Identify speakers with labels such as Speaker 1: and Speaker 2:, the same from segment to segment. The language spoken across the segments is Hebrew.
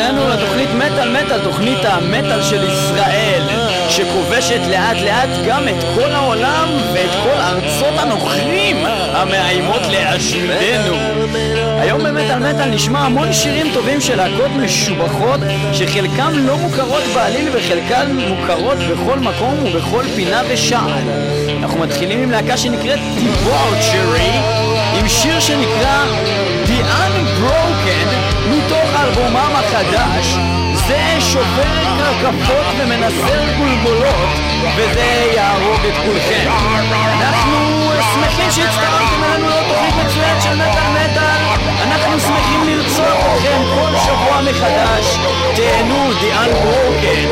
Speaker 1: הגענו לתוכנית מטל, תוכנית המטל של ישראל, שכובשת לאט לאט גם את כל העולם ואת כל ארצות הנוכרים המאיימות להשמידנו. היום במטל נשמע המון שירים טובים של להקות משובחות, שחלקם לא מוכרות בעליל וחלקן מוכרות בכל מקום ובכל פינה ושעל. אנחנו מתחילים עם להקה שנקראת Debauchery, עם שיר שנקרא The Unbroken, מתוך אלבומם החדש. זה שובר קרקפות ומנסר גולגולות, וזה יהרוג את כולכם. אנחנו שמחים שהצטרפתם אלינו לתוכנית מצוינת של מטל. אנחנו שמחים לרצות אתכם כל שבוע מחדש. תהנו, The Unbroken.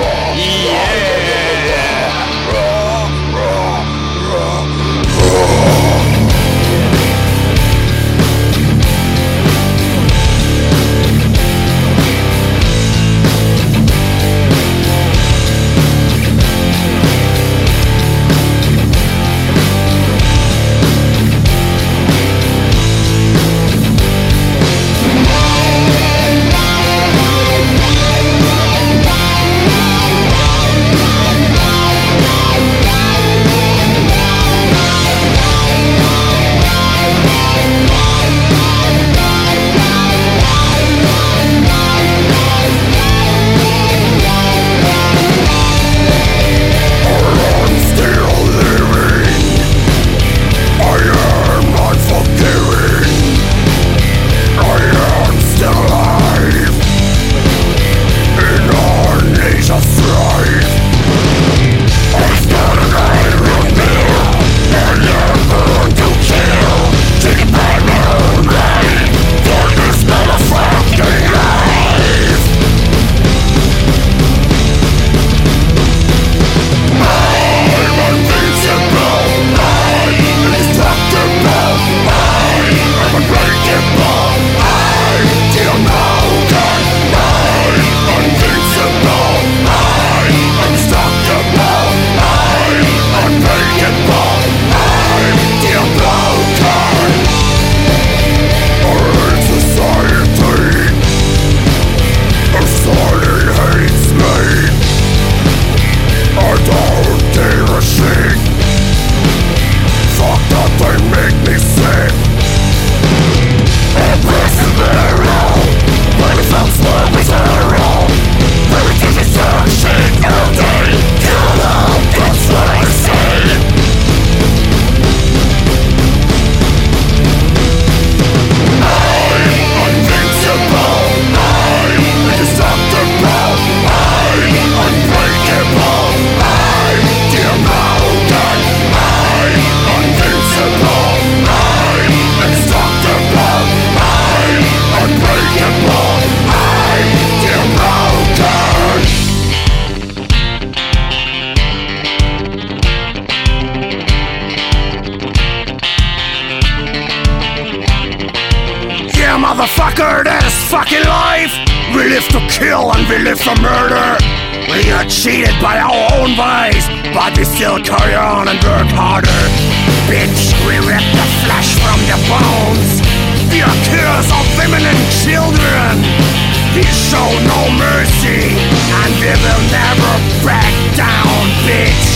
Speaker 2: Motherfucker, that is fucking life. We live to kill and we live to murder. We are cheated by our own ways, but we still carry on and work harder. Bitch, we rip the flesh from the bones. We are killers of women and children. We show no mercy, and we will never back down, bitch.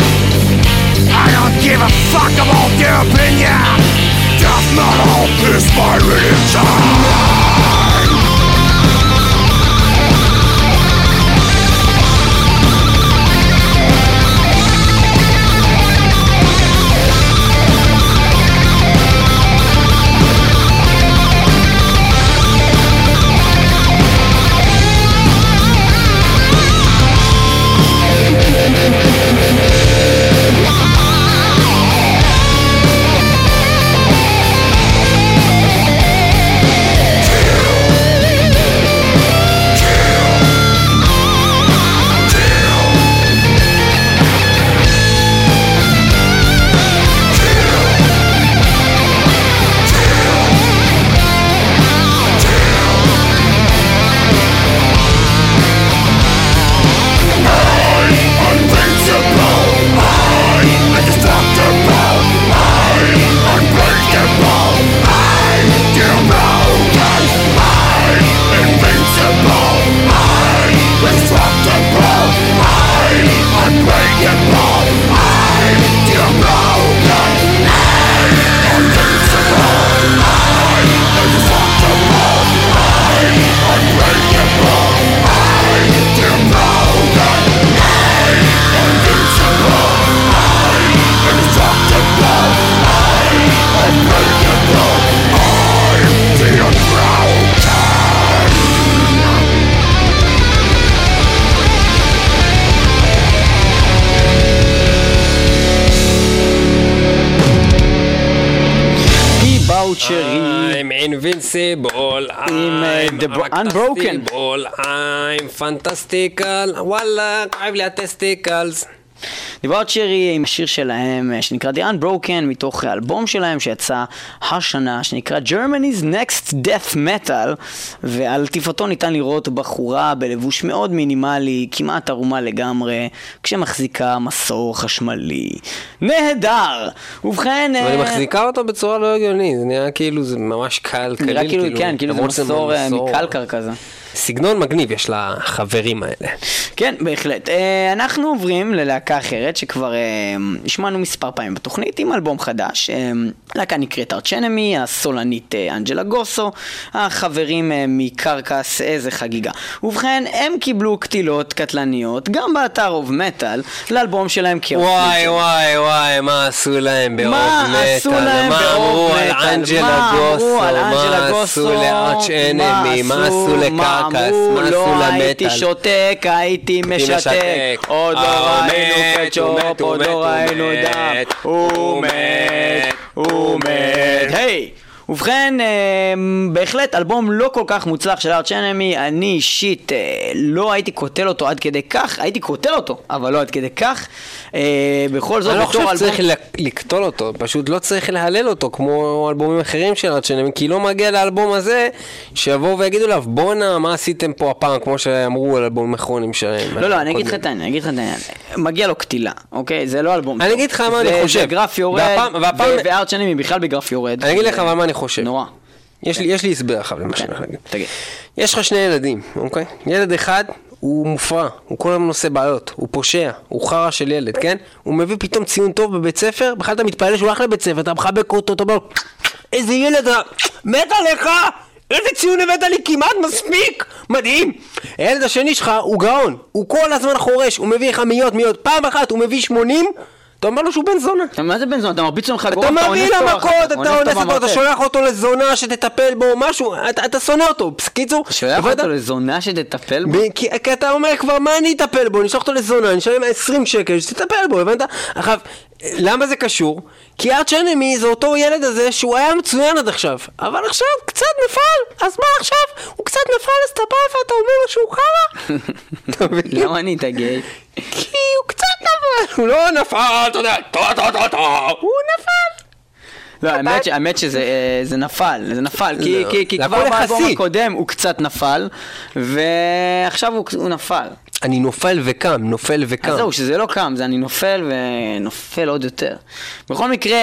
Speaker 2: I don't give a fuck about their opinion. Death metal is my religion.
Speaker 3: Kill invincible,
Speaker 1: עם Unbroken.
Speaker 3: I'm fantastical, וואלה, כואב לי הטסטיקלס.
Speaker 1: דיברת שרי עם השיר שלהם שנקרא The Unbroken, מתוך האלבום שלהם שיצא השנה, שנקרא Germany's Next Death Metal, ועל טיפתו ניתן לראות בחורה בלבוש מאוד מינימלי, כמעט ערומה לגמרי, כשמחזיקה מסור חשמלי. נהדר! ובכן...
Speaker 3: ואני מחזיקה אותו בצורה לא הגיונית, זה נראה כאילו זה ממש קל, קליל,
Speaker 1: נראה כאילו, כן, כאילו זה מסור מקלקר כזה.
Speaker 3: סגנון מגניב יש לחברים האלה.
Speaker 1: כן, בהחלט. אנחנו עוברים ללהקה אחרת שכבר השמענו מספר פעמים בתוכנית עם אלבום חדש. להקה נקראת ארץ' אנמי, הסולנית אנג'לה גוסו, החברים מקרקס, איזה חגיגה. ובכן, הם קיבלו קטילות קטלניות, גם באתר אוב מטל, לאלבום שלהם כאוס.
Speaker 3: וואי וואי וואי, מה עשו להם באוב מטל?
Speaker 1: מה
Speaker 3: אמרו על אנג'לה גוסו? מה עשו לארץ' אנמי? מה עשו לקרקס?
Speaker 1: אמרו לא הייתי שותק, הייתי משתק, עוד לא ראינו קטשופ, עוד לא ראינו דם, הוא מת, הוא מת, היי! ובכן, בהחלט אלבום לא כל כך מוצלח של ארץ' אנמי, אני אישית לא הייתי קוטל אותו עד כדי כך, הייתי קוטל אותו, אבל לא עד כדי כך, בכל זאת
Speaker 3: אני לא
Speaker 1: בתור
Speaker 3: חושב
Speaker 1: אלבום...
Speaker 3: שצריך לקטול אותו, פשוט לא צריך להלל אותו כמו אלבומים אחרים של ארץ' אנמי, כי לא מגיע לאלבום הזה שיבואו ויגידו לה, בונה, מה עשיתם פה הפעם, כמו שאמרו על אלבומים אחרונים שלהם.
Speaker 1: לא, אני אגיד לך את העניין, מגיע לו קטילה, אוקיי? זה לא אלבום.
Speaker 3: אני אגיד לך מה אני חושב.
Speaker 1: זה גרף יורד, וארץ' אנמי בכלל בגרף יורד.
Speaker 3: אני אגיד לך מה אני חושב.
Speaker 1: נורא.
Speaker 3: יש לי הסבר אחר למה שאני הולך להגיד. יש לך שני ילדים, אוקיי? ילד אחד הוא מופרע, הוא כל הזמן עושה בעיות, הוא פושע, הוא חרא של ילד, כן? הוא מביא פתאום ציון טוב בבית ספר, בכלל אתה מתפעל שהוא הולך לבית ספר, אתה מחבק אותו, אתה אומר, איזה ילד, מת עליך! איזה ציון הבאת לי, כמעט מספיק! מדהים! הילד השני שלך הוא גאון, הוא כל הזמן חורש, הוא מביא לך מאות, פעם אחת הוא מביא 80, אתה אומר לו שהוא בן זונה.
Speaker 1: מה זה בן זונה? אתה מרביץ לו חגורה,
Speaker 3: אתה מביא למכות, אתה אונס אותו, אתה שולח אותו לזונה שתטפל בו, משהו, אתה שונא אותו, בקיצור.
Speaker 1: שולח אותו לזונה שתטפל בו?
Speaker 3: כי אתה אומר כבר, מה אני אטפל בו? אני אשלח אותו לזונה, אני אשלם 20 שקל, שתטפל בו, הבנת? עכשיו, למה זה קשור? כי ארץ' אנמי זה אותו ילד הזה שהוא היה מצוין עד עכשיו, אבל עכשיו קצת נפל, אז מה עכשיו? הוא קצת נפל, אז אתה בא ואתה אומר לו שהוא חרא?
Speaker 1: למה אני תגיע?
Speaker 3: כי הוא קצת נפל, הוא לא נפל, אתה יודע, הוא נפל.
Speaker 1: לא, האמת שזה נפל, כי כבר באלבום הקודם הוא קצת נפל, ועכשיו הוא נפל.
Speaker 3: אני נופל וקם, נופל וקם.
Speaker 1: אז זהו, שזה לא קם, זה אני נופל ונופל עוד יותר. בכל מקרה,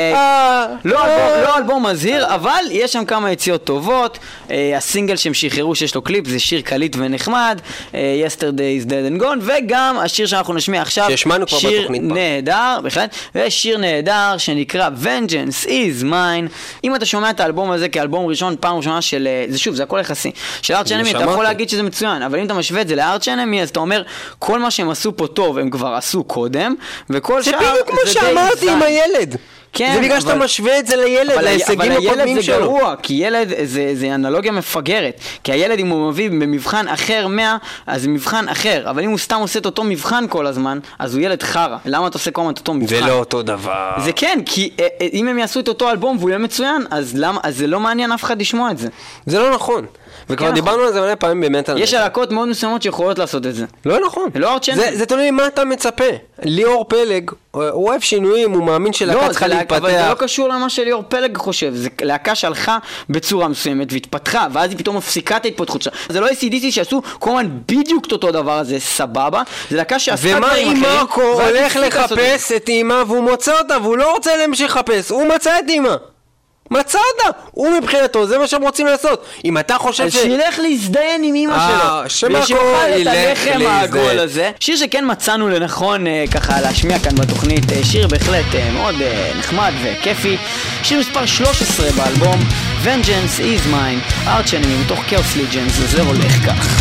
Speaker 1: לא אלבום מזהיר, אבל יש שם כמה יציאות טובות. הסינגל שהם שחררו שיש לו קליפ, זה שיר קליט ונחמד, Yesterday is Dead and Gone, וגם השיר שאנחנו נשמיע עכשיו, שיר נהדר, בהחלט, ושיר נהדר שנקרא Vengeance is Mine. אם אתה שומע את האלבום הזה כאלבום ראשון, פעם ראשונה של, זה שוב, זה הכל יחסי, של ארץ' אנמי, אתה יכול להגיד שזה מצוין, אבל אם אתה משווה את זה לארץ' אנמי, אז אתה אומר, כל מה שהם עשו פה טוב, הם כבר עשו קודם, וכל שאר...
Speaker 3: זה בדיוק כמו שאמרתי עם הילד.
Speaker 1: כן,
Speaker 3: זה בגלל שאתה משווה את זה לילד, להישגים הקודמים שלו.
Speaker 1: אבל הילד זה גרוע, כי ילד זה אנלוגיה מפגרת. כי הילד, אם הוא מביא במבחן אחר 100, אז זה מבחן אחר. אבל אם הוא סתם עושה את אותו מבחן כל הזמן, אז הוא ילד חרא. למה אתה עושה כל הזמן את אותו מבחן?
Speaker 3: זה לא אותו דבר.
Speaker 1: זה כן, כי אם הם יעשו את אותו אלבום והוא יהיה מצוין, אז זה לא מעניין אף אחד לשמוע את זה.
Speaker 3: זה לא נכון. וכבר דיברנו על זה מלא פעמים באמת.
Speaker 1: יש הלהקות מאוד מסוימות שיכולות לעשות את זה.
Speaker 3: לא נכון.
Speaker 1: לא ארץ' אנמי.
Speaker 3: זה תלוי מה אתה מצפה. ליאור פלג, הוא אוהב שינויים, הוא מאמין שלהקה צריכה להתפתח.
Speaker 1: אבל זה לא קשור למה שליאור פלג חושב. זה להקה שהלכה בצורה מסוימת והתפתחה, ואז היא פתאום מפסיקה את ההתפתחות שלה. זה לא ACDC שעשו כל הזמן בדיוק אותו דבר הזה, סבבה. זה להקה שעשתה דברים אחרים.
Speaker 3: ומה אם מרקו הולך לחפש את אמא והוא מוצא אותה, והוא לא רוצה להמשיך לחפש, הוא מצא את אמא. מצא אותה, הוא מבחינתו, זה מה שהם רוצים לעשות. אם אתה חושב
Speaker 1: ש... שילך להזדיין עם אמא שלו ושיוכל את הלחם העגול הזה. שיר שכן מצאנו לנכון ככה להשמיע כאן בתוכנית, שיר בהחלט מאוד נחמד וכיפי, שיר מספר 13 באלבום, Vengeance is Mine, ארץ' אנמי מתוך Chaos Legions, וזה הולך כך.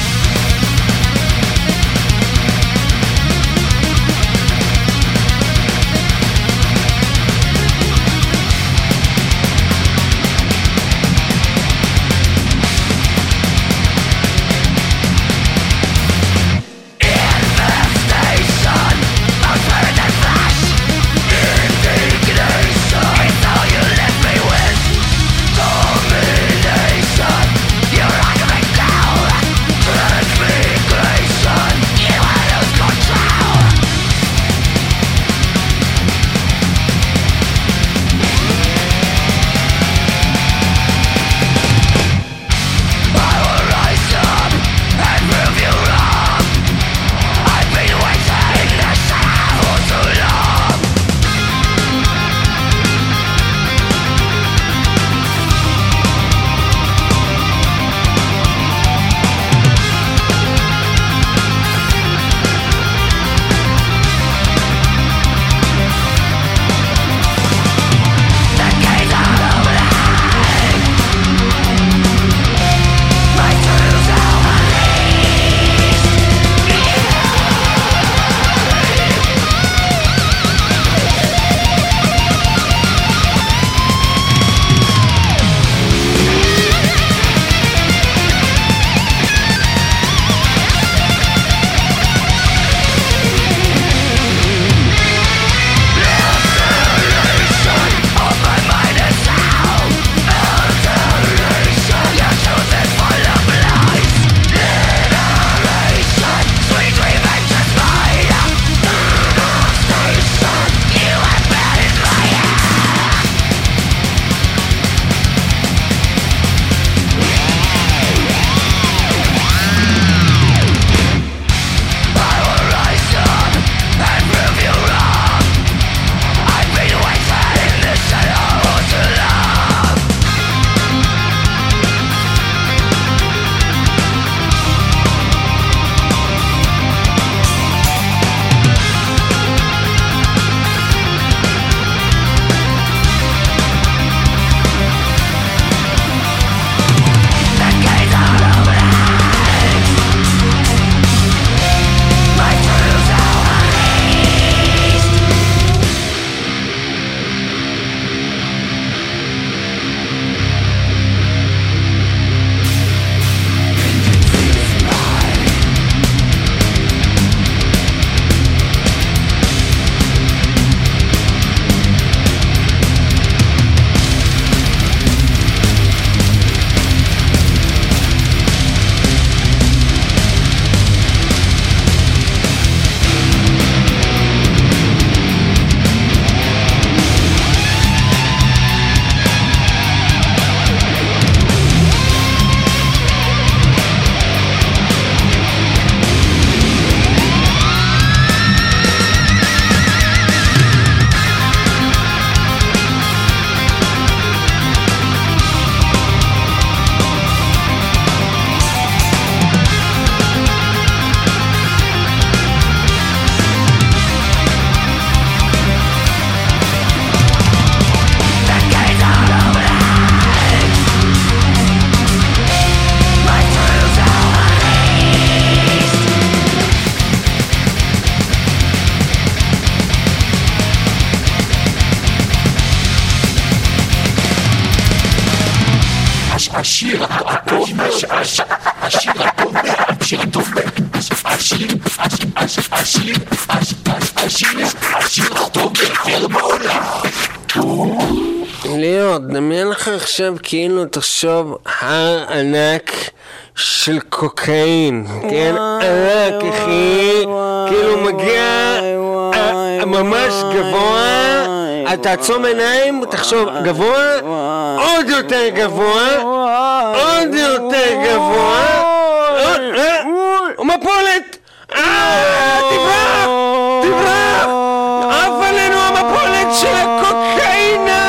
Speaker 2: Domination השיר הטוב ביותר בעולם.
Speaker 3: ליאור, דמיין לך עכשיו כאילו תחשוב הר ענק של קוקאין, כן? ענק, אחי, כאילו מגיע ממש גבוה, אתה תעצום עיניים, תחשוב גבוה, עוד יותר גבוה, עוד יותר גבוה, מפולת! תברח! תברח! עף עלינו המפולת של הקוקאינה!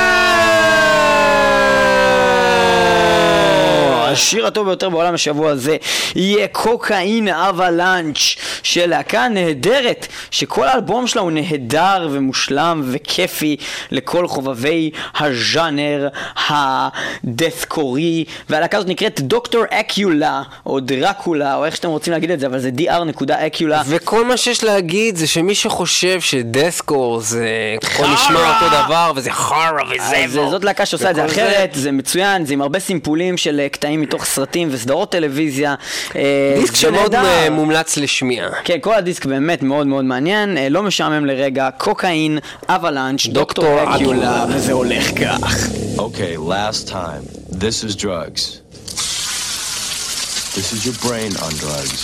Speaker 1: השיר הטוב ביותר בעולם השבוע הזה יהיה קוקאין אבלנץ' של להקה נהדרת, שכל האלבום שלה הוא נהדר ומושלם וכיפי לכל חובבי הז'אנר הדת'קורי, והלהקה הזאת נקראת דוקטור אקיולה או דרקולה או איך שאתם רוצים להגיד את זה, אבל זה dr.אקיולה.
Speaker 3: וכל מה שיש להגיד זה שמי שחושב שדת'קור זה הכל נשמע אותו דבר וזה חרא וזה
Speaker 1: זאת להקה שעושה את זה אחרת, זה מצוין, זה עם הרבה סימפולים של קטעים מתוך סרטים וסדרות טלוויזיה.
Speaker 3: דיסק שמאוד מומלץ לשמיעה.
Speaker 1: כן, כל הדיסק באמת מאוד מאוד מעניין, לא משעמם לרגע. קוקאין אבלנץ' דוקטור אקיולה, וזה הולך כך.
Speaker 4: Okay, last time. This is drugs. This is your brain on drugs.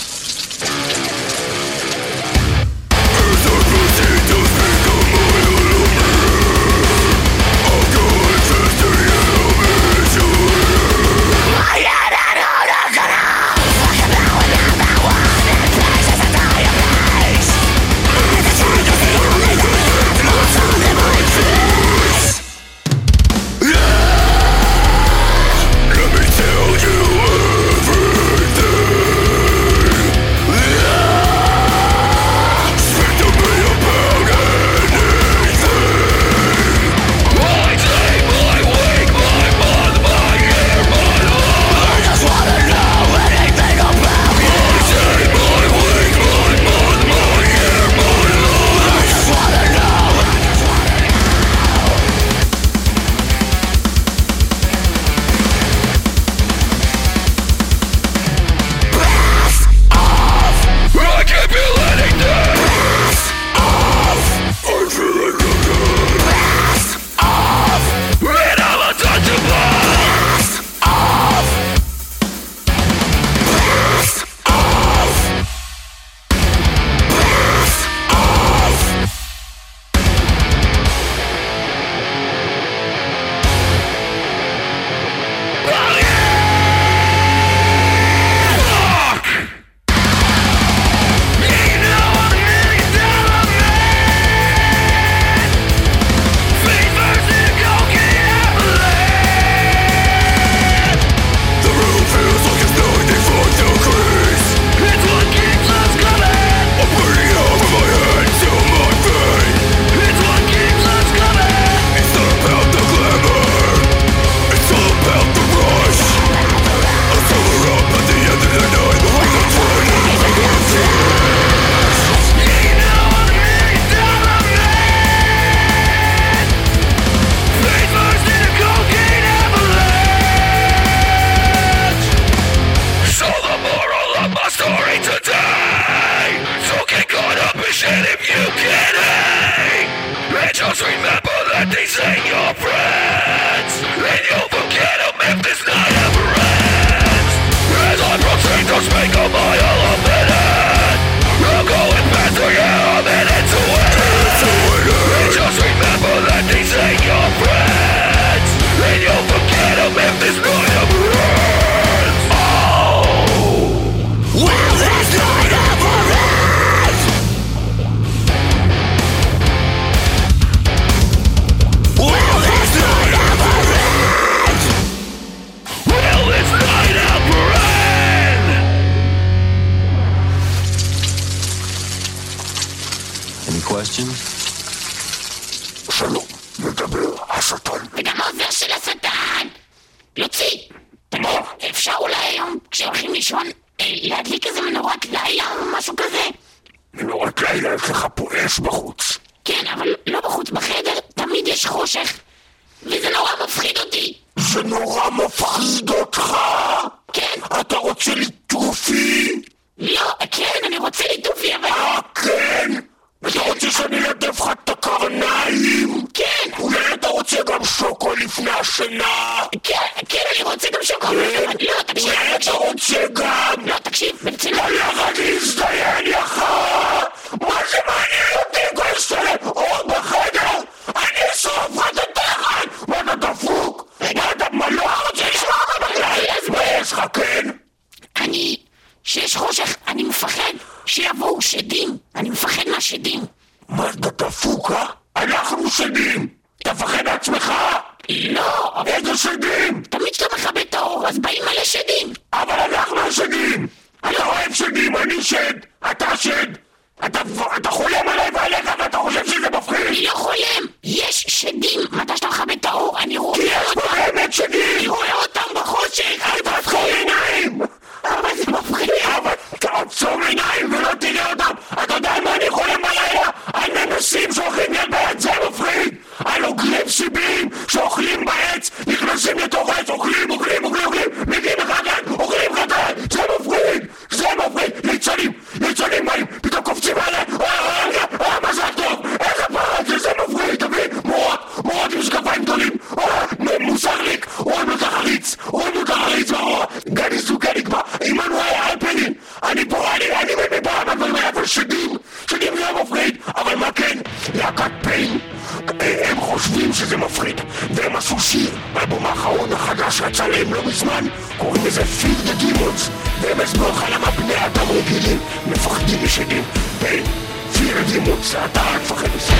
Speaker 2: שלום, מדבר השטן.
Speaker 5: וגם העובר של השטן. יוציא, תמור, אפשר אולי היום כשהולכים לישון להדליק איזה מנורת לילה או משהו כזה?
Speaker 2: מנורת לילה, יש לך פה אש בחוץ.
Speaker 5: כן, אבל לא בחוץ בחדר, תמיד יש חושך. וזה נורא מפחיד אותי.
Speaker 2: זה נורא מפחיד אותך?
Speaker 5: כן.
Speaker 2: אתה רוצה ליטופי?
Speaker 5: לא, כן, אני רוצה ליטופי, אבל...
Speaker 2: כן? אתה רוצה שאני אלטף לך את הקרניים?
Speaker 5: כן.
Speaker 2: אולי אתה רוצה גם שוקו לפני השינה?
Speaker 5: כן, אני רוצה גם שוקו. לא, תקשיב.
Speaker 2: אולי אתה רוצה גם...
Speaker 5: לא, תקשיב, ברצינות.
Speaker 2: הלכת להזדיין יחד! מה זה מעניין אותי? כל שלה אור בחדר! אני אשרוף לך את התחת! מה אתה דפוק? מה לא רוצה לשמוע אז מה יש לך, כן?
Speaker 5: שיש חושך, אני מפחד שיבואו שדים. אני מפחד מהשדים.
Speaker 2: מה אתה דפוק, אה? אנחנו שדים! אתה מפחד מעצמך?
Speaker 5: לא,
Speaker 2: איזה שדים?
Speaker 5: תמיד כשאתה מכבה את האור, אז באים מלא שדים.
Speaker 2: אבל אנחנו השדים! אתה אוהב שדים, אני שד! אתה שד! אתה חולם עליי ועליך ואתה חושב שזה מפחיד?
Speaker 5: אני לא חולם. יש שדים. מתי שאתה מכבה את האור, אני רואה
Speaker 2: כי יש באמת שדים!
Speaker 5: אני רואה אותם בחושך.
Speaker 2: אל תעצור עיניים!
Speaker 5: אבל זה מפחיד.
Speaker 2: אבל תעצור עיניים ולא תראה אותם! אתה יודע מה אני חולם בלילה? על מנוסים שאוכלים יד בעץ, זה מפחיד! על עוגלים סיביים שאוכלים בעץ, נכנסים לתוך העץ, אוכלים, מגיעים אחד יד, אוכלים אחד יד, זה מפחיד! ליצנים באים, פתאום קופצים עליהם, מה זה הטוב? איך הפרק, זה מפחיד, תבין? מורות עם שקפיים גדולים, מוסרליק, אוהב את החריץ, גני סוגי נקבע, עמנו היה אייפדים, אני מבא מהדברים האלה, אבל שדים לא מפחיד, אבל מה כן? להקת פיין, הם חושבים שזה מפחיד, והם עשו שיר, האלבום האחרון החדש שיצא להם לא מזמן, קוראים לזה Feed the Demons, והם הסברו לך למה בני אדם רגילים מפחדים משדים. פיין, Feed the Demons, אתה אל תפחד מזה.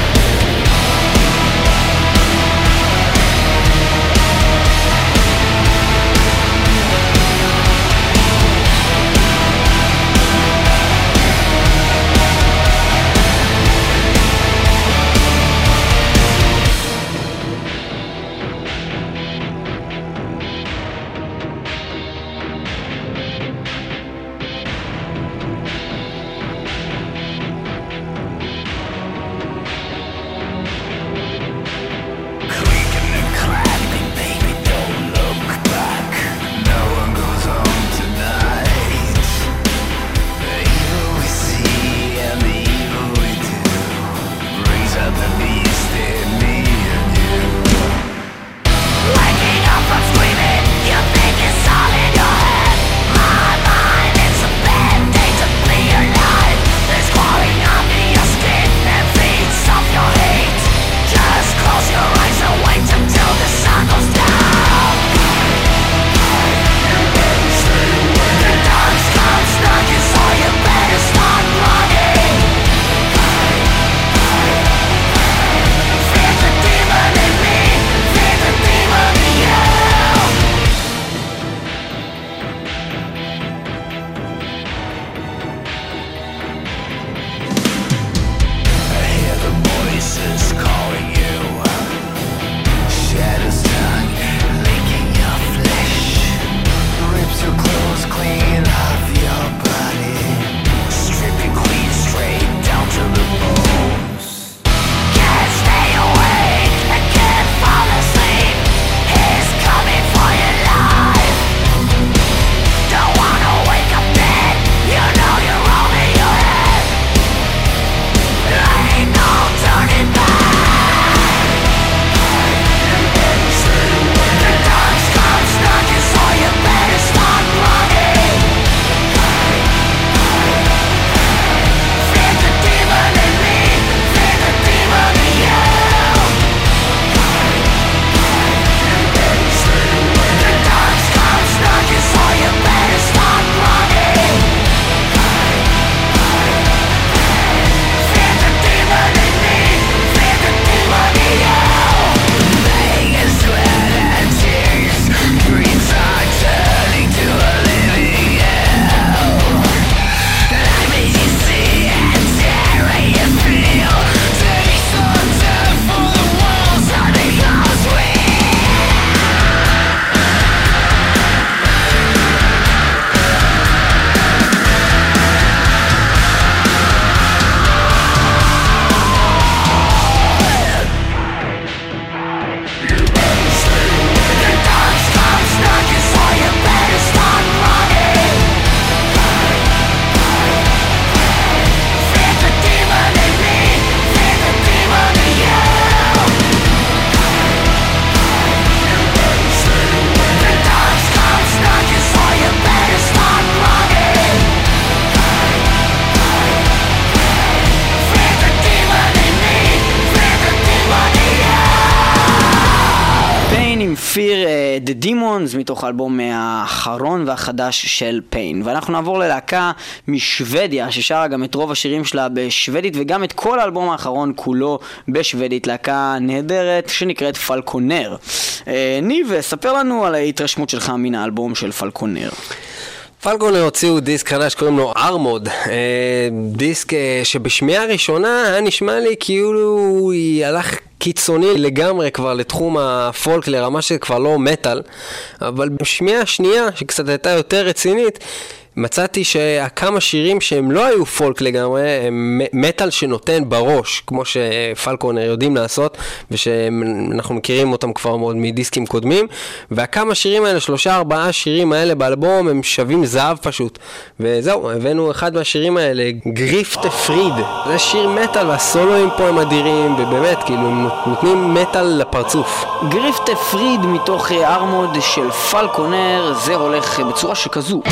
Speaker 1: Fear the Demons מתוך האלבום האחרון והחדש של פיין. ואנחנו נעבור ללהקה משוודיה ששרה גם את רוב השירים שלה בשוודית וגם את כל האלבום האחרון כולו בשוודית, להקה נהדרת שנקראת פלקונר. ניב, ספר לנו על ההתרשמות שלך מן האלבום של פלקונר.
Speaker 3: פלקונר הוציאו דיסק חדש, קוראים לו ארמוד, דיסק שבשמיעה הראשונה היה נשמע לי כאילו הוא הלך קיצוני לגמרי כבר לתחום הפולק, לרמה שכבר לא מטל, אבל בשמיעה השנייה שקצת הייתה יותר רצינית, מצאתי שכמה שירים שהם לא היו פולק לגמרי, הם מטל שנותן בראש, כמו שפלקונר יודעים לעשות, ושאנחנו מכירים אותם כבר מאוד מדיסקים קודמים, והכמה שירים האלה, 3-4 שירים האלה באלבום, הם שווים זהב פשוט. וזהו, הבאנו אחד מהשירים האלה, גריפט פריד. זה שיר מטל, והסולואים פה הם אדירים, ובאמת, כאילו, הם נותנים מטל לפרצוף.
Speaker 1: גריפט פריד מתוך ארמוד של פלקונר, זה הולך בצורה שכזו.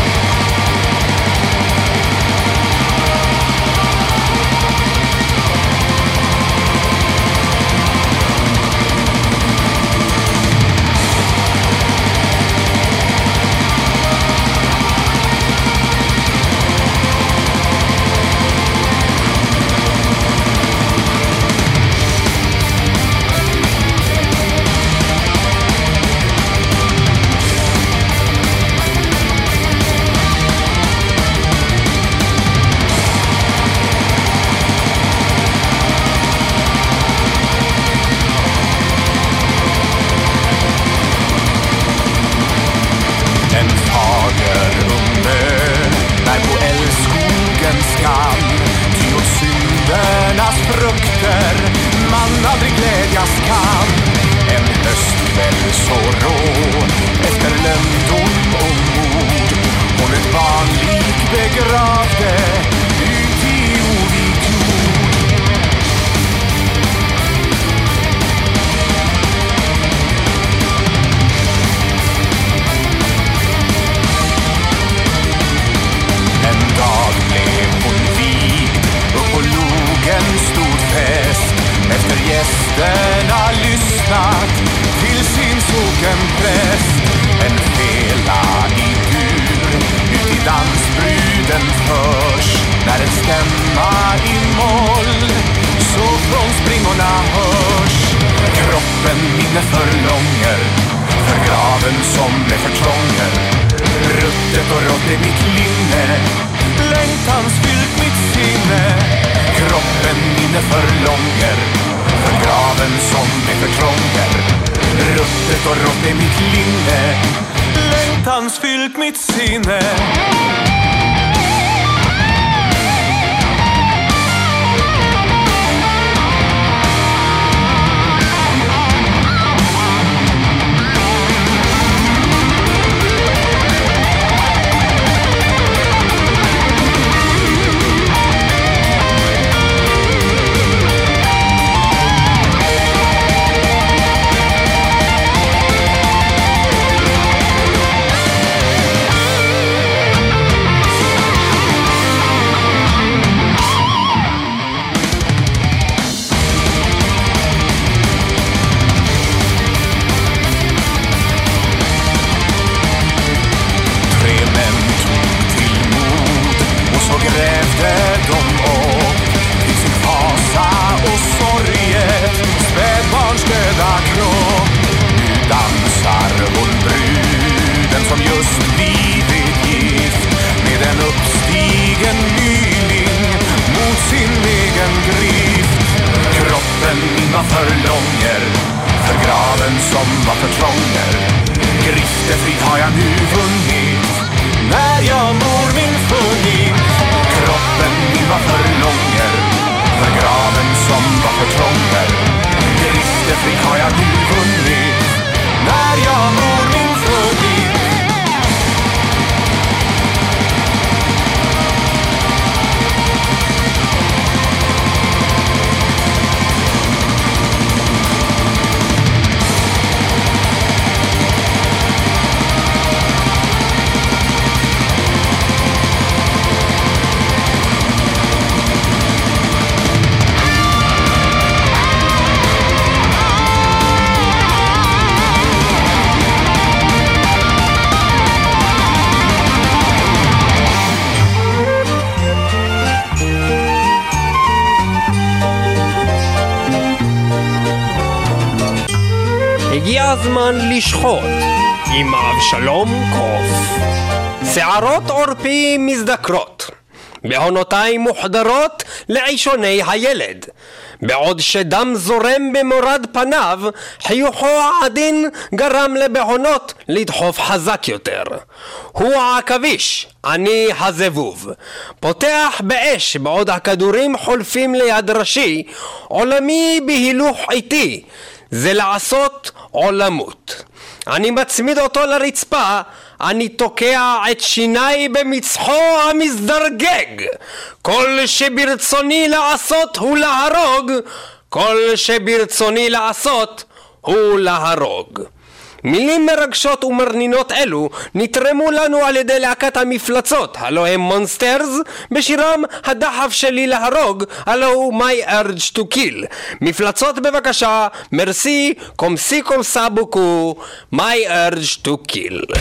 Speaker 3: הזמן לשחוט עם אבשלום קוף. שערות עורפי מזדקרות, בעונותיים מוחדרות לעישוני הילד, בעוד שדם זורם במורד פניו, חיוכו העדין גרם לבעונות לדחוף חזק יותר. הוא העכביש, אני הזבוב. פותח באש בעוד הכדורים חולפים ליד ראשי, עולמי בהילוך איתי, זה לעשות עולמות. אני מצמיד אותו לרצפה, אני תוקע את שיניי במצחו המזדרגג. כל שברצוני לעשות הוא להרוג, כל שברצוני לעשות הוא להרוג. מילים מרגשות ומרנינות אלו נתרמו לנו על ידי להקת המפלצות, הלא הם מונסטרס, בשירם הדחף שלי להרוג, הלא הוא My Urge to Kill. מפלצות בבקשה, מרסי, קומסי קומסה בוקו, My Urge to Kill.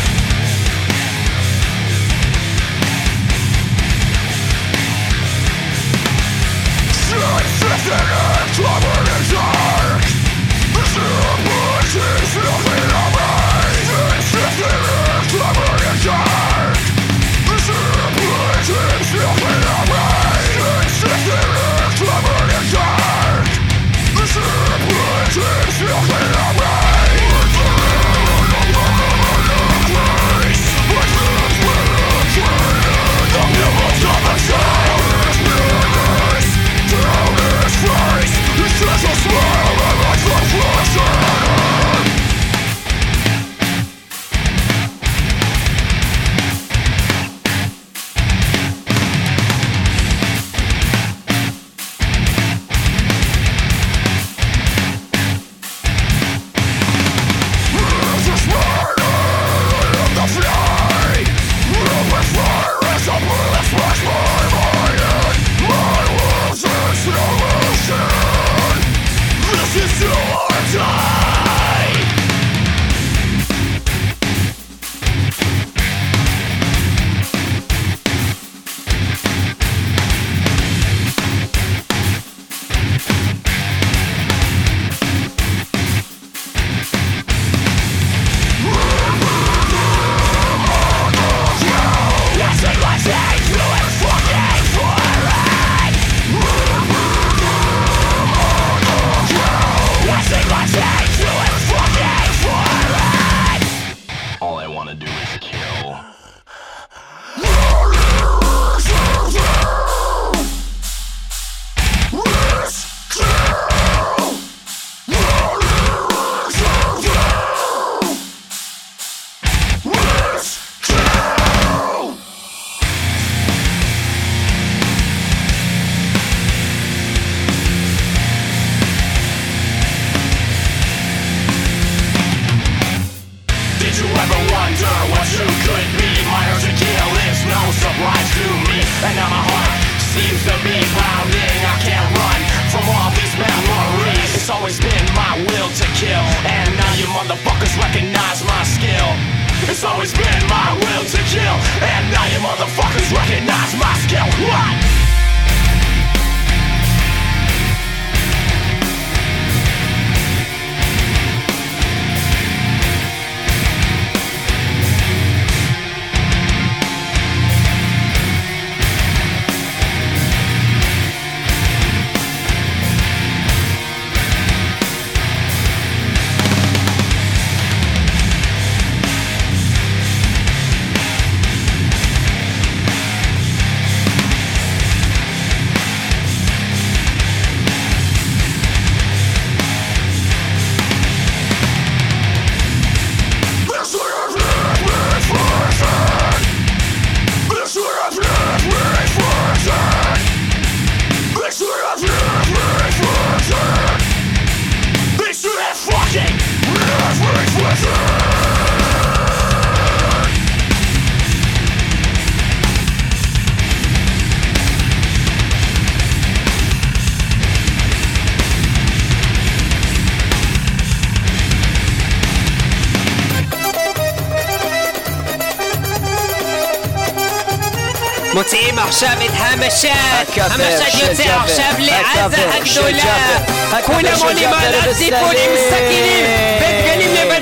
Speaker 3: מוציאים עכשיו את המשט, המשט יוצא עכשיו לעזה הגדולה, כולם עולים על הציפון עם סכינים ודגלים לבנים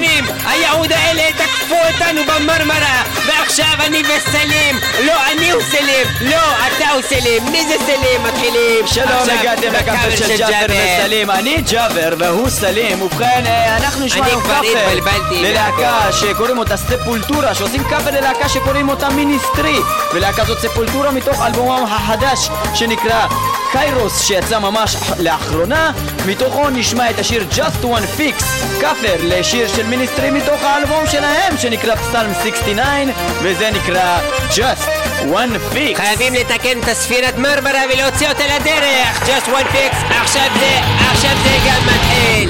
Speaker 3: שנים היהוד האלה תקפו אותנו במרמרה, ועכשיו אני וסלים. לא, אני הוא סלים. לא, אתה הוא סלים. מי זה סלים? מתחילים.
Speaker 1: שלום, הגעתם לקאפר של ג'אבר וסלים. אני ג'אבר והוא סלים. ובכן, אנחנו נשמע היום קאפר ללהקה שקוראים אותה ספולטורה, שעושים קאפר ללהקה שקוראים אותה מיניסטרי, ולהקה זאת ספולטורה מתוך אלבומם החדש שנקרא קיירוס, שיצא ממש לאחרונה. מתוכו נשמע את השיר Just One Fix, קאפר לשיר של מיניסטרי מתוך האלבום שלהם שנקרא פסלם 69, וזה נקרא Just One Fix.
Speaker 3: חייבים לתקן את הספינת מרמרה ולהוציא אותה לדרך. Just One Fix. עכשיו זה גם מתחיל.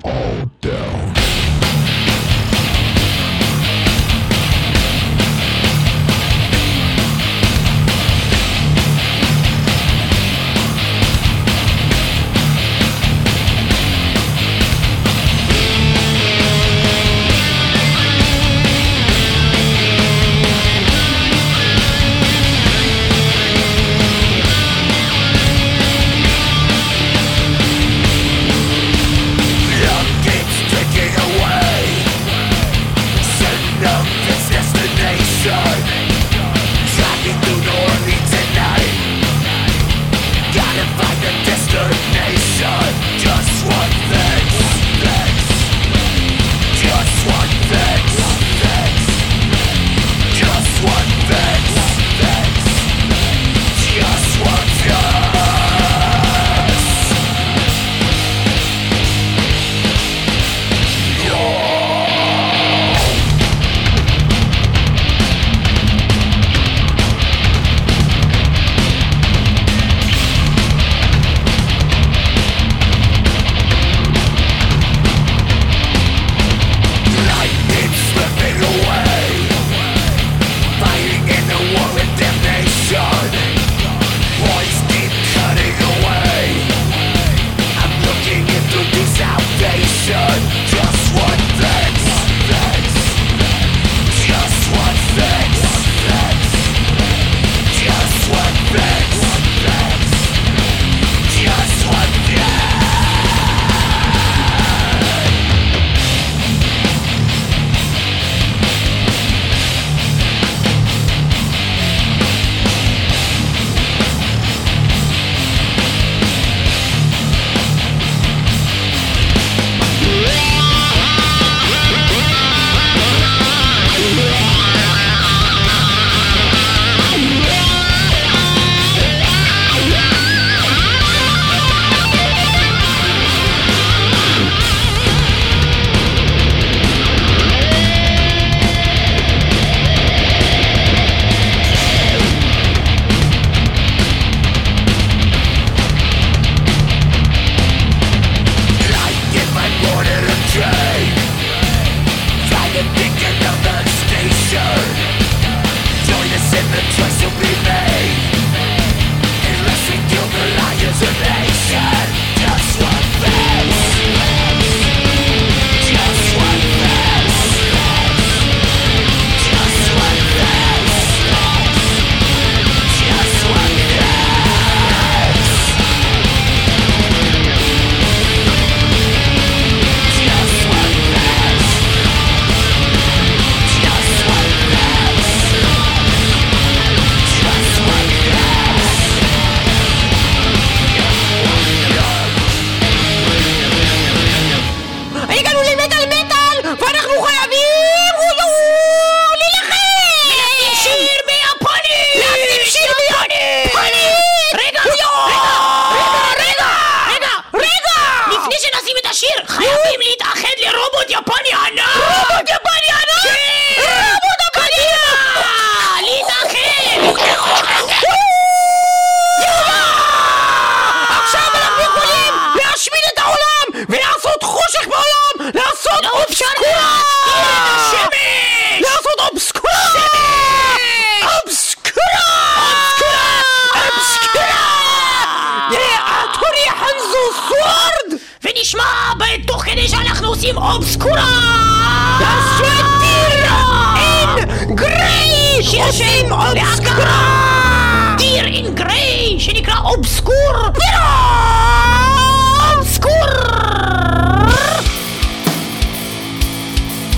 Speaker 5: עושים אובסקורה! אין גריי! שעושים אובסקורה! דיר אין גריי! שנקרא אובסקור! אובסקור!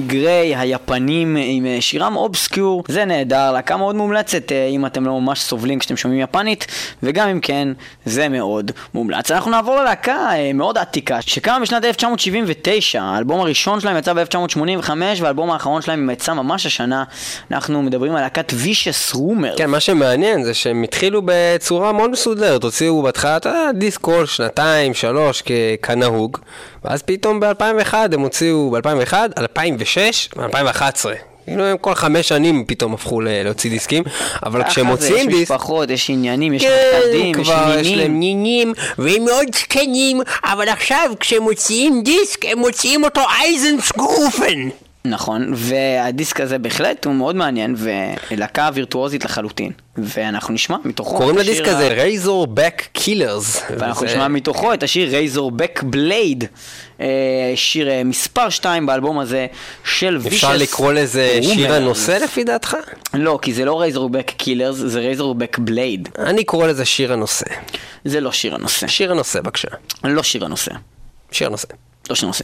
Speaker 1: גריי, היפנים עם שירם אובסקיור, זה נהדר, להקה מאוד מומלצת אם אתם לא ממש סובלים כשאתם שומעים יפנית, וגם אם כן, זה מאוד מומלץ. אנחנו נעבור ללהקה מאוד עתיקה, שקמה בשנת 1979, האלבום הראשון שלהם יצא ב-1985, והאלבום האחרון שלהם יצא ממש השנה. אנחנו מדברים על להקת Vicious Rumors.
Speaker 3: כן, מה שמעניין זה שהם התחילו בצורה מאוד מסודרת, הוציאו בהתחלה דיסק כל שנתיים, 3 כנהוג, ואז פתאום ב-2001 הם הוציאו ב-2001, 2006 ו-2011. כאילו הם כל 5 שנים פתאום הפכו להוציא דיסקים, אבל כשהם מוציאים דיסק...
Speaker 1: יש משפחות, יש עניינים, יש
Speaker 3: נכדים,
Speaker 1: יש נינים.
Speaker 3: יש להם נינים, והם מאוד זקנים, אבל עכשיו כשהם מוציאים דיסק, הם מוציאים אותו אייזנשגרופן.
Speaker 1: נכון, והדיסק הזה בהחלט הוא מאוד מעניין, ולהקה וירטואוזית לחלוטין. ואנחנו נשמע מתוכו...
Speaker 3: קוראים לדיסק הזה Razorback Killers.
Speaker 1: ואנחנו נשמע מתוכו את השיר Razorback Blade, שיר מספר 2 באלבום הזה של Vicious Rumors.
Speaker 3: אפשר לקרוא לזה שיר הנושא לפי דעתך?
Speaker 1: לא, כי זה לא Razorback Killers, זה Razorback Blade.
Speaker 3: אני קורא לזה שיר הנושא.
Speaker 1: זה לא שיר הנושא.
Speaker 3: שיר הנושא, בבקשה.
Speaker 1: לא שיר הנושא.
Speaker 3: שיר הנושא.
Speaker 1: לא שיר הנושא.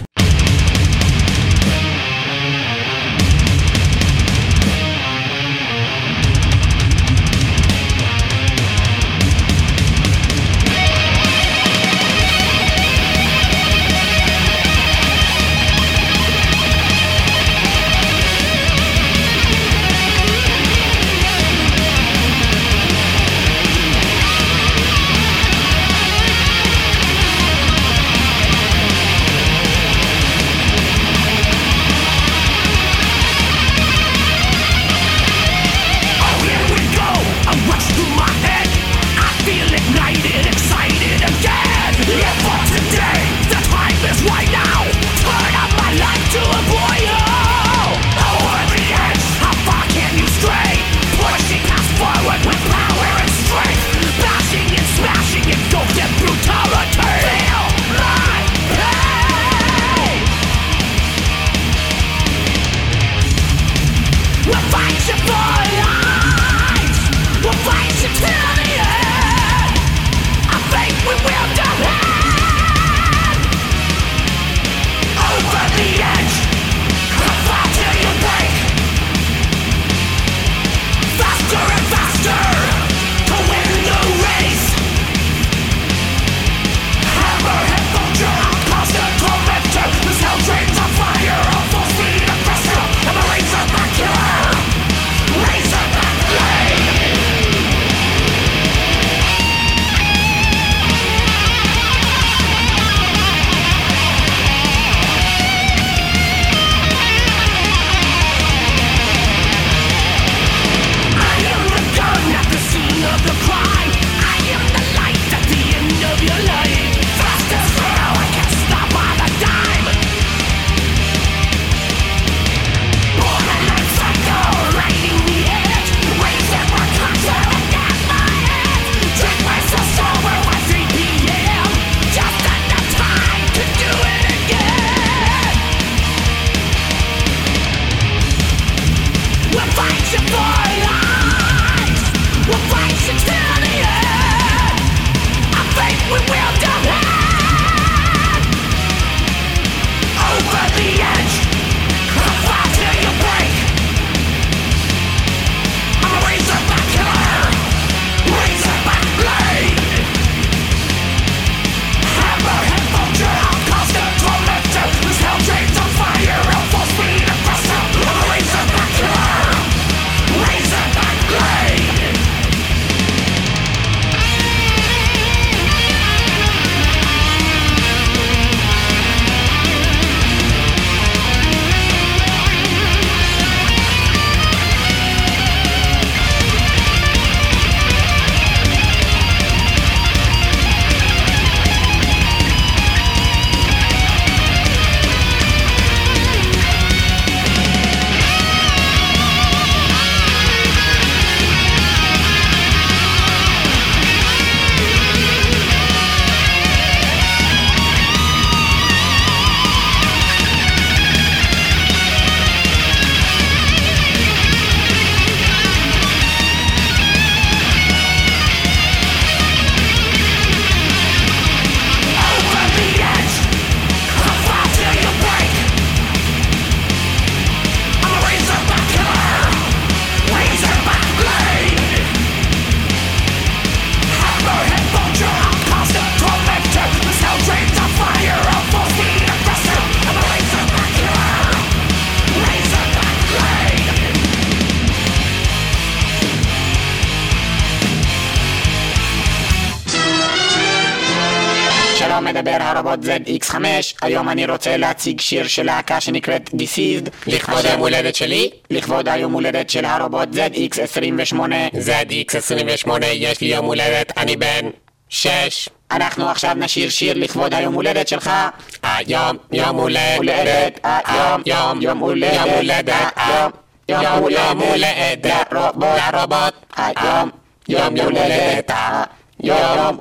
Speaker 5: מדבר הרובוט ZX5. היום אני רוצה להציג שיר של להקה שנקראת Deceased לכבוד היום הולדת שלי, לכבוד היום הולדת של הרובוט ZX28.
Speaker 3: ZX28, יש לי יום הולדת, אני בן 6.
Speaker 5: אנחנו עכשיו נשיר שיר לכבוד היום הולדת שלך.
Speaker 3: היום יום הולדת,
Speaker 5: יום הולדת,
Speaker 3: יום הולדת לרובוט, יום הולדת, יום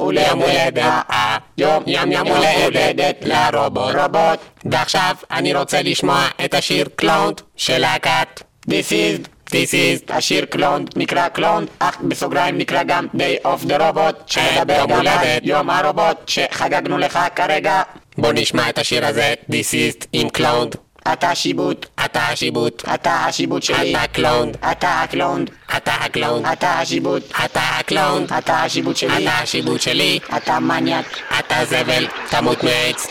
Speaker 3: הולדת לרובוט. ועכשיו אני רוצה לשמוע את השיר קלונד של להקת
Speaker 5: This is השיר קלונד נקרא קלונד, אך בסוגריים נקרא גם Day of the Robot, שמדבר גם על יום הרובוט שחגגנו לך כרגע.
Speaker 3: בוא נשמע את השיר הזה, This is עם קלונד.
Speaker 5: אתה השיבוט,
Speaker 3: אתה השיבוט,
Speaker 5: אתה השיבוט שלי,
Speaker 3: אתה קלונד,
Speaker 5: אתה הקלונד,
Speaker 3: אתה הקלונד,
Speaker 5: אתה השיבוט,
Speaker 3: אתה הקלונד,
Speaker 5: אתה השיבוט שלי,
Speaker 3: אתה השיבוט שלי,
Speaker 5: אתה מניאק,
Speaker 3: אתה זבל, תמות מעץ.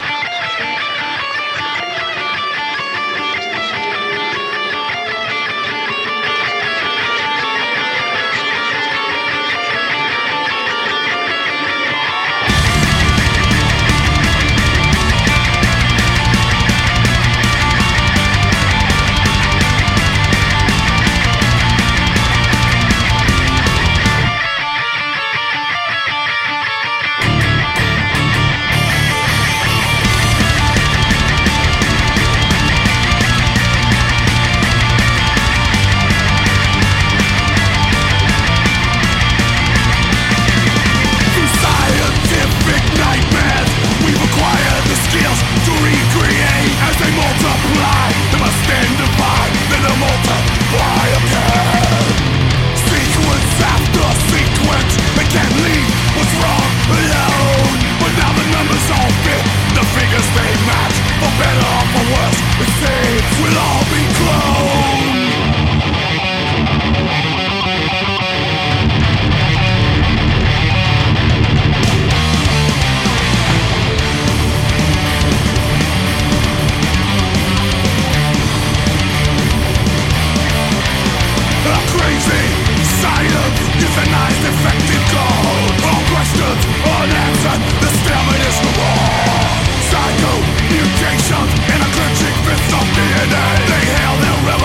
Speaker 2: Psycho mutations in a glitching fist of DNA. They hail their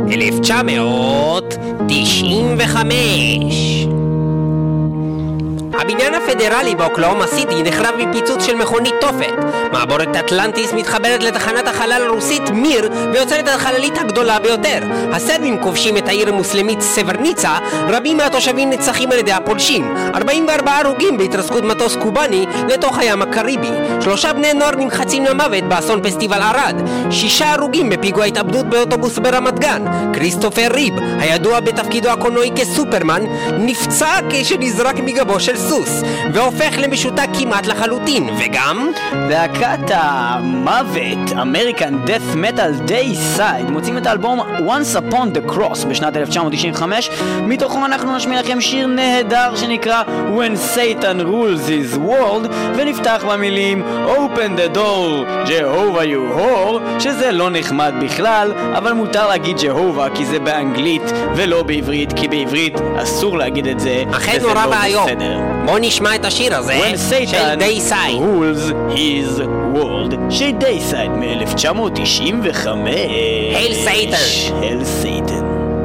Speaker 3: 1995. הבניין הפדרלי באוקלהומה סיטי נחרב מפיצוץ של מכונית תופת. מעבורת אטלנטיס מתחברת לתחנת החלל הרוסית מיר ויוצרת החללית הגדולה ביותר. הסרבים כובשים את העיר המוסלמית סברניצה, רבים מהתושבים נצחים על ידי הפולשים. 44 הרוגים בהתרסקות מטוס קובני לתוך הים הקריבי. 3 בני נוער נמחצים למוות באסון פסטיבל ערד. 6 הרוגים בפיגוע התאבדות באוטובוס ברמת גן. כריסטופר ריב, הידוע בתפקידו הקולנועי כסופרמן, נפצע כשנזרק מגבו של סוס והופך למשותק כמעט לחלוטין. וגם
Speaker 1: להקת המוות American Death Metal Dayside מוצאים את האלבום Once Upon the Cross בשנת 1995, מתוכו אנחנו נשמיע לכם שיר נהדר שנקרא When Satan Rules His World, ונפתח במילים Open the door Jehovah you whore, שזה לא נחמד בכלל, אבל מותר להגיד Jehovah כי זה באנגלית ולא בעברית, כי בעברית אסור להגיד את זה,
Speaker 3: אכן נורא בעיות. בוא נשמע את השיר הזה של דייסייד.
Speaker 1: Rules His World של דייסייד מ-1995.
Speaker 3: Hail Satan.
Speaker 1: Hail Satan.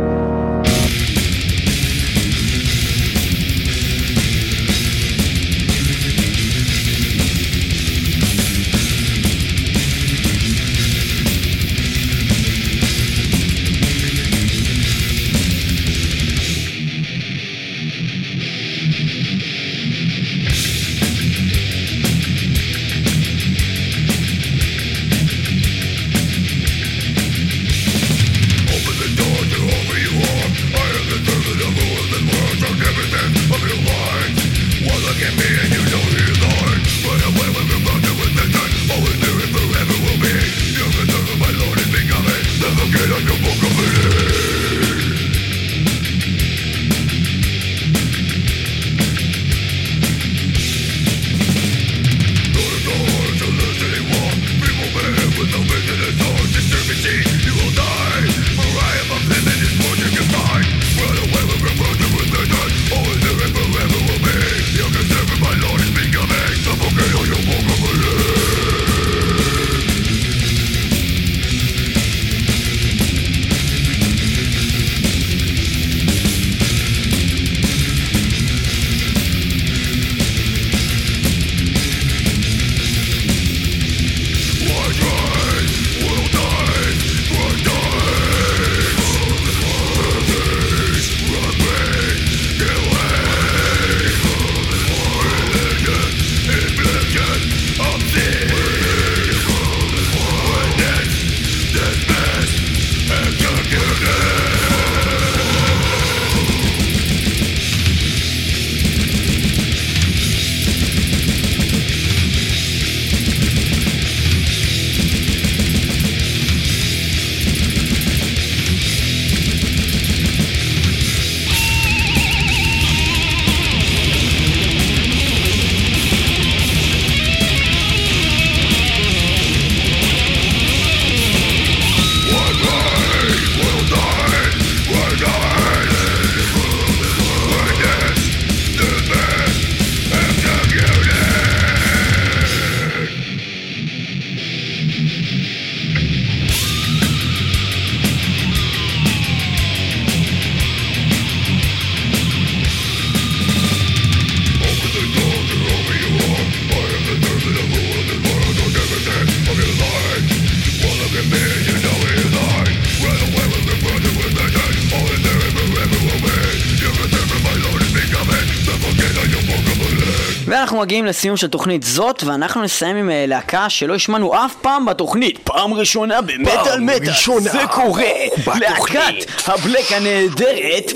Speaker 1: ואנחנו מגיעים לסיום של תוכנית זאת, ואנחנו נסיים עם להקה שלא השמענו אף פעם בתוכנית. פעם ראשונה במטל מטל זה קורה. להקת הבלק הנהדרת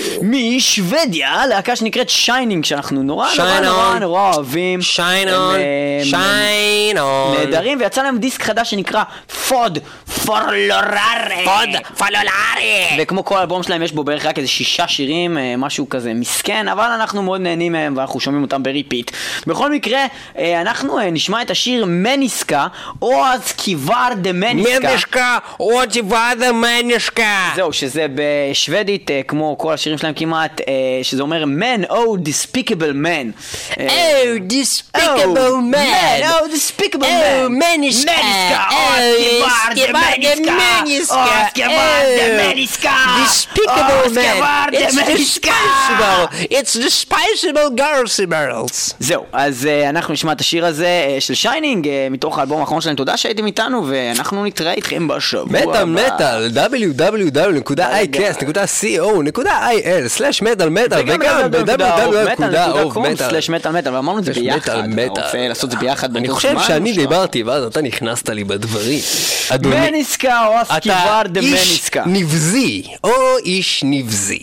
Speaker 1: משוודיה, להקה שנקראת שיינינג, שאנחנו נורא אוהבים.
Speaker 3: שיין און
Speaker 1: נהדרים, ויצא להם דיסק חדש שנקרא פוד פולוררי. וכמו כל אלבום שלהם יש בו בערך רק איזה 6 שירים, משהו כזה מסכן, אבל אנחנו מאוד נהנים מהם ואנחנו שומעים אותם בריפיט. בכל מקרה, אנחנו נשמע את השיר מניסקה, או סקיבר דה מניסקה.
Speaker 3: מניסקה, או סקיבר דה מניסקה.
Speaker 1: זהו, שזה בשוודית, כמו כל השירים שלהם כמעט, שזה אומר man, oh despicable man.
Speaker 3: Oh, despicable man.
Speaker 1: Oh, despicable man.
Speaker 3: Oh, מניסקה.
Speaker 1: או סקיבר דה מניסקה. או סקיבר דה מניסקה.
Speaker 3: Despicable man.
Speaker 1: It's
Speaker 3: despicable. It's despicable girls.
Speaker 1: זהו, אז אנחנו נשמע את השיר הזה של שיינינג, מתוך האלבום האחרון שלהם. תודה שהייתם איתנו, ואנחנו נתראה איתכם בשבוע הבא.
Speaker 3: מטל, www.icast.co.il/מטל וגם
Speaker 1: www.ofmetal, ואמרנו את זה ביחד. אתה רוצה לעשות את זה ביחד?
Speaker 3: אני חושב שאני דיברתי ואז אתה נכנסת לי בדברים.
Speaker 1: מניסקה או הסקיבר דה מניסקה.
Speaker 3: אתה איש נבזי או איש נבזי.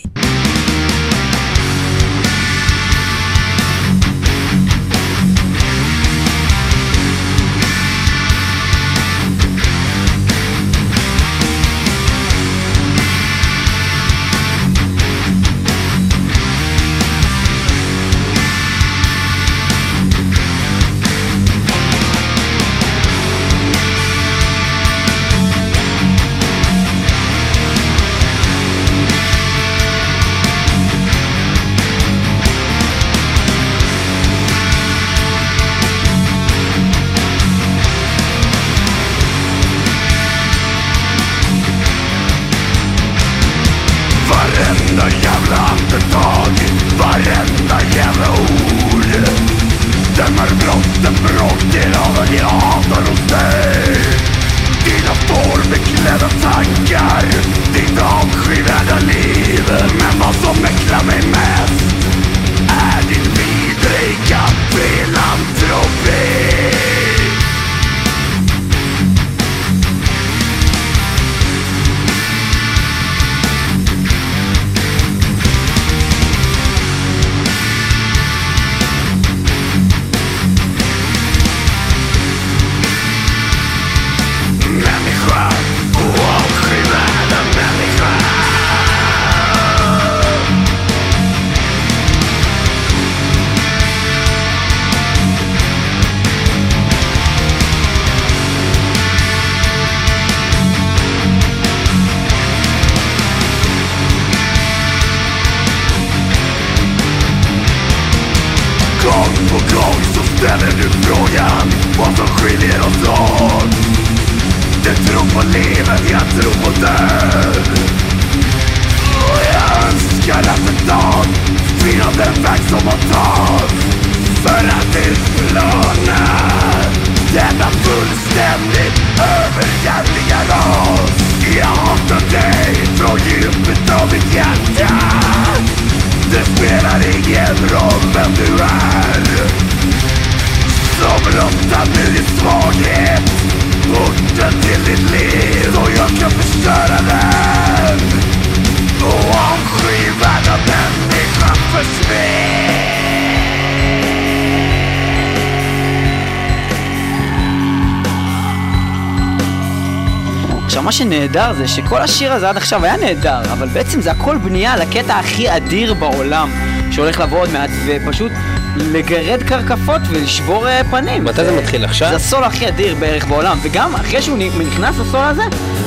Speaker 1: עכשיו מה שנהדר זה שכל השיר הזה עד עכשיו היה נהדר, אבל בעצם זה הכל בנייה לקטע הכי אדיר בעולם שהולך לבוא עוד מעט ופשוט לגרד קרקפות ולשבור פנים.
Speaker 3: מתי זה מתחיל עכשיו?
Speaker 1: זה הסול הכי אדיר בערך בעולם, וגם אחרי שהוא נכנס לסול הזה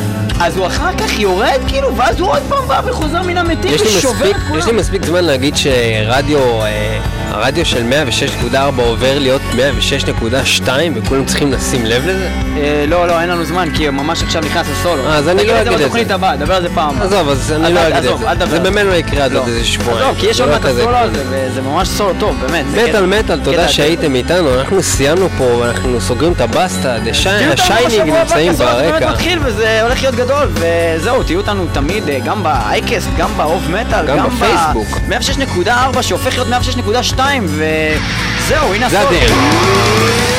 Speaker 1: אז הוא אחר כך יורד כאילו, ואז הוא עוד פעם בא וחוזר מן המתים ושובר את כולם.
Speaker 3: יש לי מספיק זמן להגיד הרדיו של 106.4 עובר להיות 106.2 וכולם צריכים לשים לב לזה?
Speaker 1: לא, אין לנו זמן כי ממש עכשיו נכנס לסולו.
Speaker 3: אז אני לא אגיד את זה.
Speaker 1: בתוכנית הבאה, דבר על זה פעם.
Speaker 3: עזוב, אז אני לא אגיד את זה. זה באמת לא יקרה עד עוד איזה שבועיים.
Speaker 1: עזוב, כי יש עוד מעט הסולו הזה וזה ממש סולו טוב, באמת.
Speaker 3: מטל, תודה שהייתם איתנו, אנחנו סיימנו פה ואנחנו סוגרים את הבאסטה, השיינינג נמצאים ברקע.
Speaker 1: מתחיל וזה הולך להיות גדול וזהו, תהיו אותנו תמיד גם באייקסט, גם באוף מטל, גם
Speaker 3: בפייסבוק
Speaker 1: 106.4 שהופך להיות 106.2 וזהו, הנה הסוף.
Speaker 3: זה הדרך.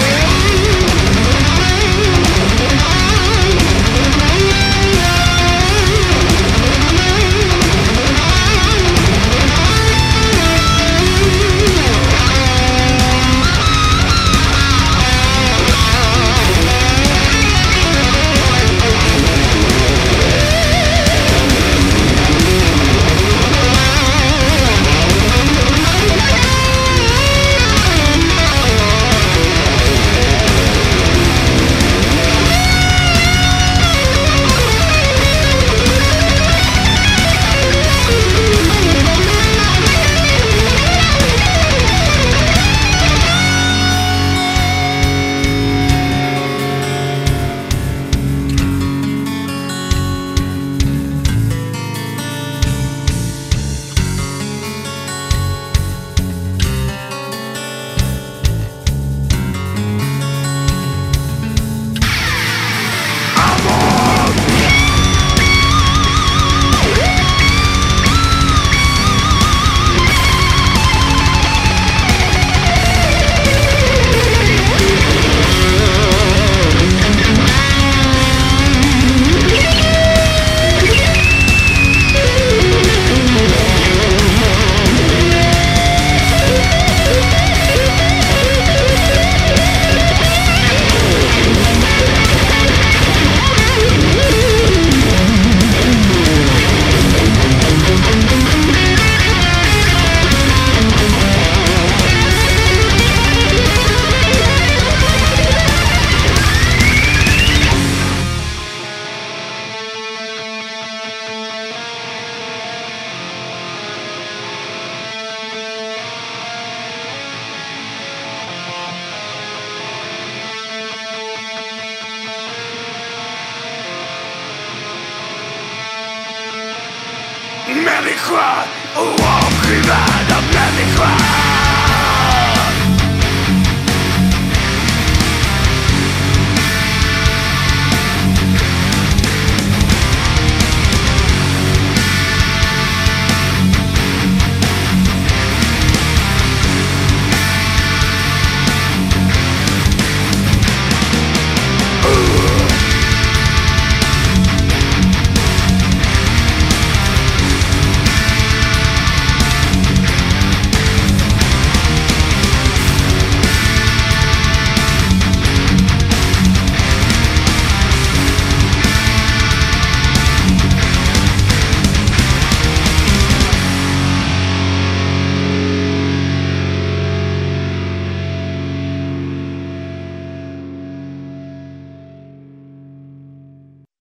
Speaker 2: America, walking out of America.